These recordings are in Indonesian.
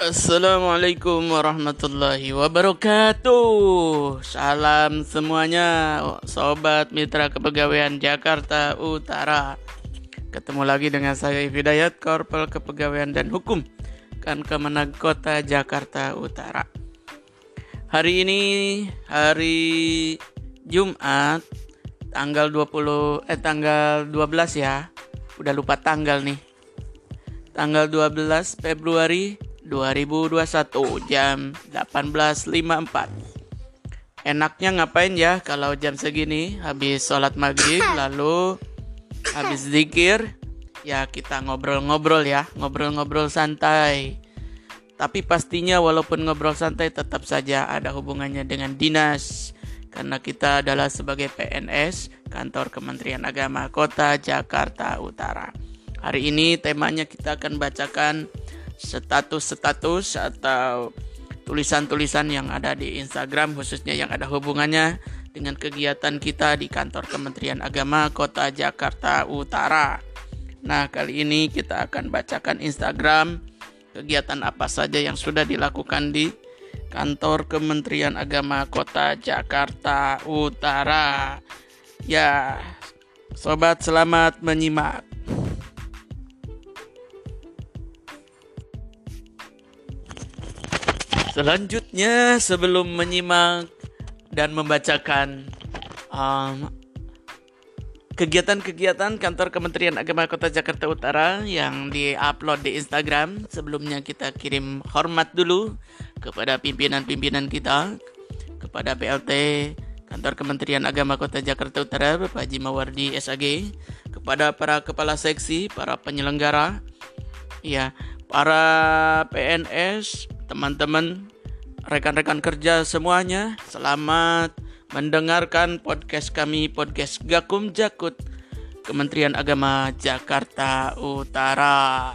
Assalamualaikum warahmatullahi wabarakatuh. Salam semuanya, sobat mitra kepegawaian Jakarta Utara. Ketemu lagi dengan saya Hidayat, Korpel Kepegawaian dan Hukum Kemenag Kota Jakarta Utara. Hari ini hari Jumat tanggal 12 ya. Udah lupa tanggal nih. Tanggal 12 Februari 2021 jam 18.54. Enaknya ngapain ya kalau jam segini? Habis sholat maghrib lalu habis zikir, ya kita ngobrol-ngobrol ya, ngobrol-ngobrol santai. Tapi pastinya walaupun ngobrol santai tetap saja ada hubungannya dengan dinas, karena kita adalah sebagai PNS Kantor Kementerian Agama Kota Jakarta Utara. Hari ini temanya kita akan bacakan status-status atau tulisan-tulisan yang ada di Instagram, khususnya yang ada hubungannya dengan kegiatan kita di Kantor Kementerian Agama Kota Jakarta Utara. Nah, kali ini kita akan bacakan Instagram kegiatan apa saja yang sudah dilakukan di Kantor Kementerian Agama Kota Jakarta Utara. Ya, sobat, selamat menyimak. Selanjutnya, sebelum menyimak dan membacakan kegiatan-kegiatan Kantor Kementerian Agama Kota Jakarta Utara yang di-upload di Instagram, sebelumnya kita kirim hormat dulu kepada pimpinan-pimpinan kita, kepada PLT Kantor Kementerian Agama Kota Jakarta Utara, Bapak Haji Mawardi SAG, kepada para kepala seksi, para penyelenggara, ya, para PNS, teman-teman, rekan-rekan kerja semuanya, selamat mendengarkan podcast kami, podcast Gakum Jakut Kementerian Agama Jakarta Utara.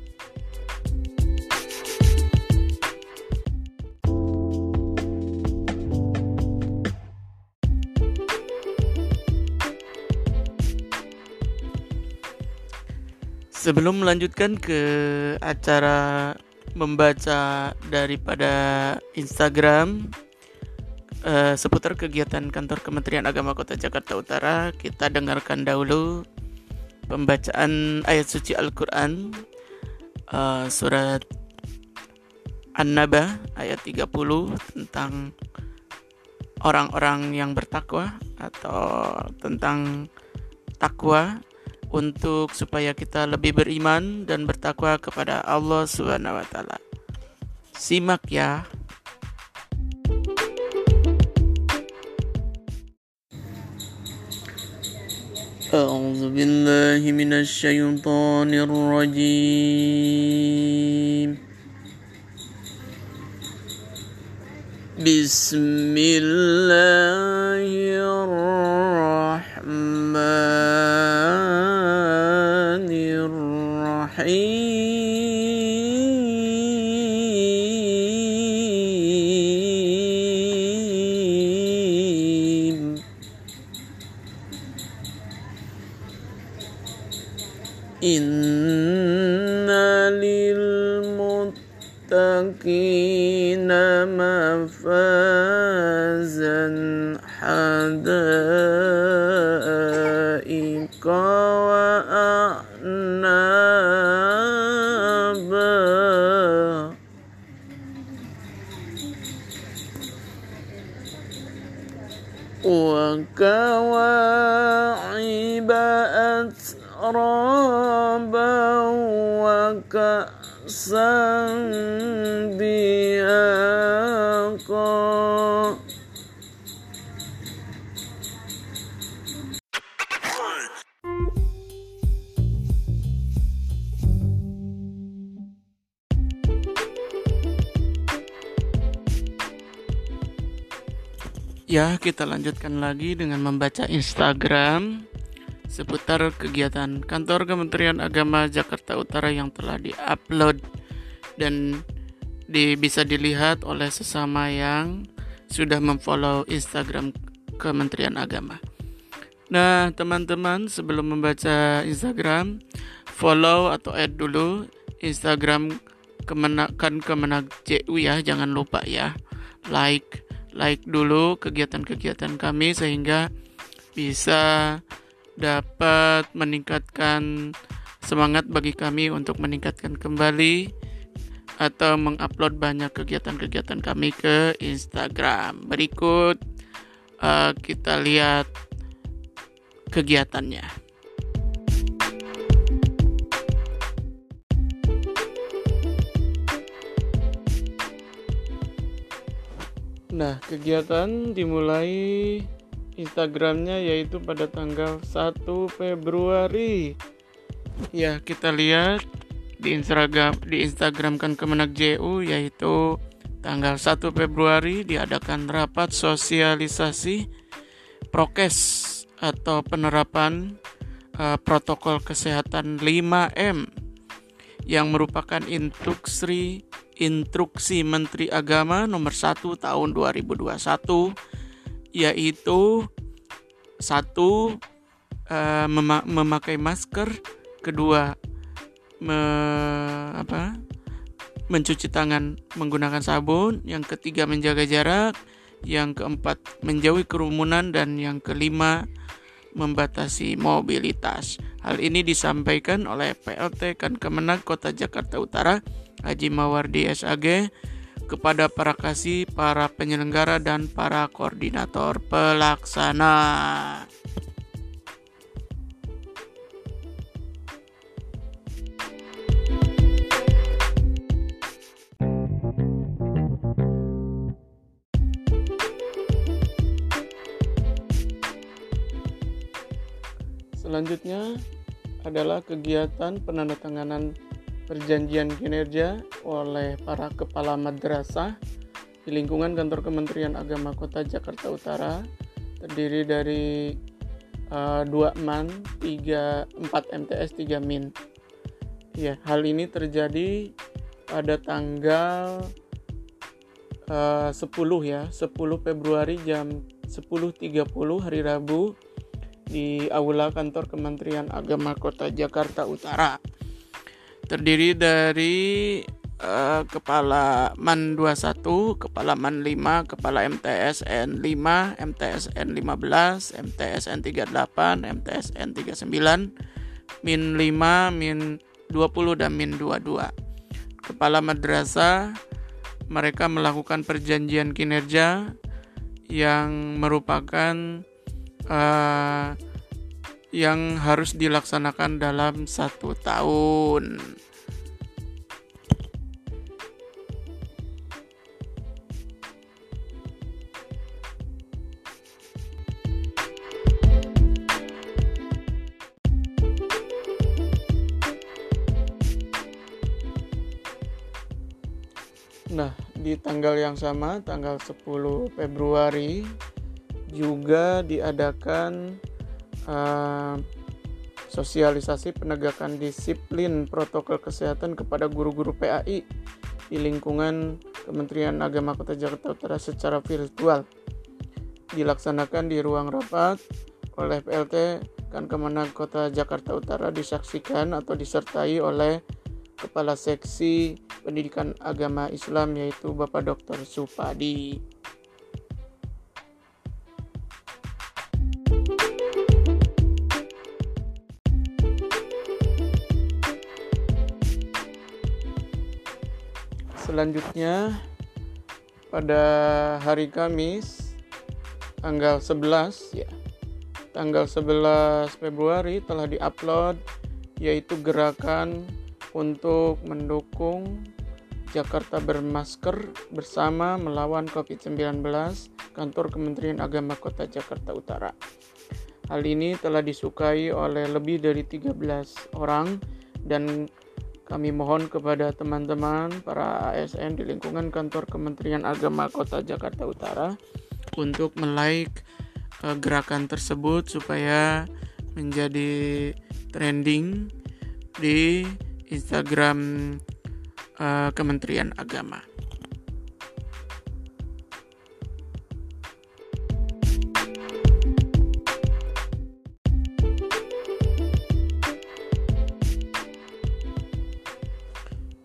Sebelum melanjutkan ke acara membaca daripada Instagram seputar kegiatan Kantor Kementerian Agama Kota Jakarta Utara, kita dengarkan dahulu pembacaan ayat suci Al-Quran, surat An-Naba ayat 30 tentang orang-orang yang bertakwa atau tentang takwa, untuk supaya kita lebih beriman dan bertakwa kepada Allah Subhanahu wa taala. Simak ya. A'udzu billahi minasy syaithanir rajim. Bismillahirrahmanirrahim. Inna lil muttaqina mafazan hadaika wa a'naba wa kawa'iba atraba wa ka'san bihaqa. Ya, kita lanjutkan lagi dengan membaca Instagram seputar kegiatan Kantor Kementerian Agama Jakarta Utara yang telah di-upload dan bisa dilihat oleh sesama yang sudah memfollow Instagram Kementerian Agama. Nah, teman-teman, sebelum membaca Instagram, follow atau add dulu Instagram Kemenag JU ya, jangan lupa ya. Like dulu kegiatan-kegiatan kami sehingga bisa dapat meningkatkan semangat bagi kami untuk meningkatkan kembali atau mengupload banyak kegiatan-kegiatan kami ke Instagram. Berikut kita lihat kegiatannya. Nah, kegiatan dimulai Instagramnya yaitu pada tanggal 1 Februari. Ya, kita lihat di Instagram kan Kemenag JU yaitu tanggal 1 Februari diadakan rapat sosialisasi prokes atau penerapan protokol kesehatan 5M yang merupakan instruksi Menteri Agama nomor 1 tahun 2021, yaitu 1. Memakai masker, 2. Mencuci tangan menggunakan sabun, yang 3 menjaga jarak, yang 4 menjauhi kerumunan, dan yang 5 membatasi mobilitas. Hal ini disampaikan oleh PLT Kemenag Kota Jakarta Utara Haji Mawardi SAG kepada para kasih, para penyelenggara, dan para koordinator pelaksana. Selanjutnya adalah kegiatan penandatanganan perjanjian kinerja oleh para kepala madrasah di lingkungan kantor Kementerian Agama Kota Jakarta Utara, terdiri dari 2 MAN, 4 MTS, 3 MIN. Ya, hal ini terjadi pada tanggal 10 Februari jam 10.30 hari Rabu di Aula Kantor Kementerian Agama Kota Jakarta Utara. Terdiri dari Kepala MAN 21, Kepala MAN 5, Kepala MTSN 5, MTSN 15, MTSN 38, MTSN 39, MIN 5, MIN 20, dan MIN 22. Kepala madrasah mereka melakukan perjanjian kinerja yang merupakan yang harus dilaksanakan dalam 1 tahun. Nah, di tanggal yang sama, tanggal 10 Februari juga diadakan sosialisasi penegakan disiplin protokol kesehatan kepada guru-guru PAI di lingkungan Kementerian Agama Kota Jakarta Utara secara virtual. Dilaksanakan di ruang rapat oleh PLT Kemenag Kota Jakarta Utara, disaksikan atau disertai oleh Kepala Seksi Pendidikan Agama Islam yaitu Bapak Dr. Supadi. Selanjutnya pada hari Kamis tanggal 11 Februari telah diupload yaitu gerakan untuk mendukung Jakarta bermasker bersama melawan COVID-19 kantor Kementerian Agama Kota Jakarta Utara. Hal ini telah disukai oleh lebih dari 13 orang dan kami mohon kepada teman-teman para ASN di lingkungan kantor Kementerian Agama Kota Jakarta Utara untuk like gerakan tersebut supaya menjadi trending di Instagram Kementerian Agama.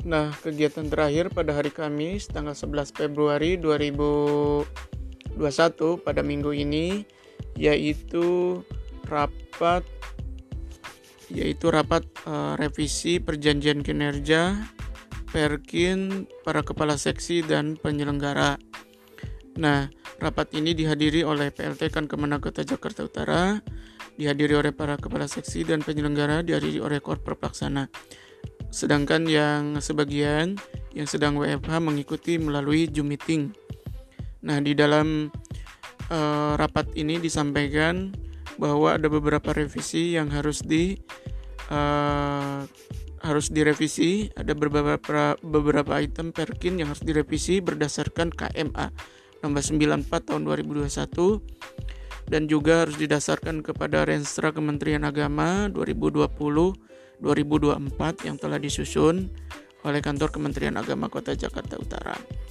Nah, kegiatan terakhir pada hari Kamis tanggal 11 Februari 2021 pada minggu ini yaitu rapat revisi perjanjian kinerja Perkin para kepala seksi dan penyelenggara. Nah, rapat ini dihadiri oleh PLT Kemenag Kota Jakarta Utara, dihadiri oleh para kepala seksi dan penyelenggara, dihadiri oleh korper pelaksana. Sedangkan yang sebagian yang sedang WFH mengikuti melalui Zoom meeting. Nah, di dalam rapat ini disampaikan bahwa ada beberapa revisi yang harus direvisi. Ada beberapa item Perkin yang harus direvisi berdasarkan KMA nomor 94 tahun 2021 dan juga harus didasarkan kepada Renstra Kementerian Agama 2020-2024 yang telah disusun oleh kantor Kementerian Agama Kota Jakarta Utara.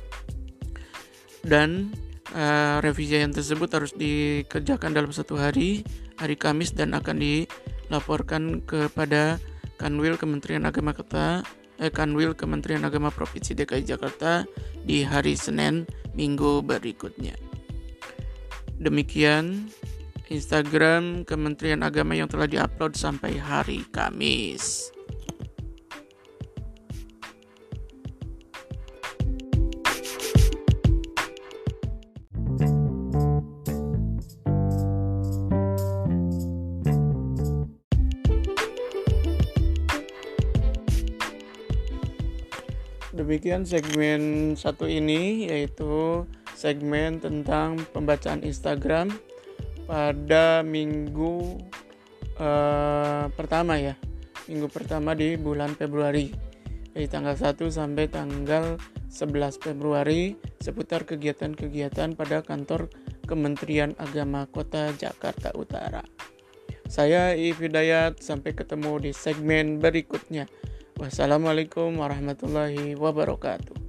Dan revisi yang tersebut harus dikerjakan dalam satu hari Kamis, dan akan dilaporkan kepada Kanwil Kementerian Agama Provinsi DKI Jakarta di hari Senin minggu berikutnya. Demikian Instagram Kementerian Agama yang telah diupload sampai hari Kamis. Demikian segmen satu ini, yaitu segmen tentang pembacaan Instagram pada minggu pertama di bulan Februari, dari tanggal 1 sampai tanggal 11 Februari seputar kegiatan-kegiatan pada kantor Kementerian Agama Kota Jakarta Utara. Saya Hidayat, sampai ketemu di segmen berikutnya. Wassalamualaikum warahmatullahi wabarakatuh.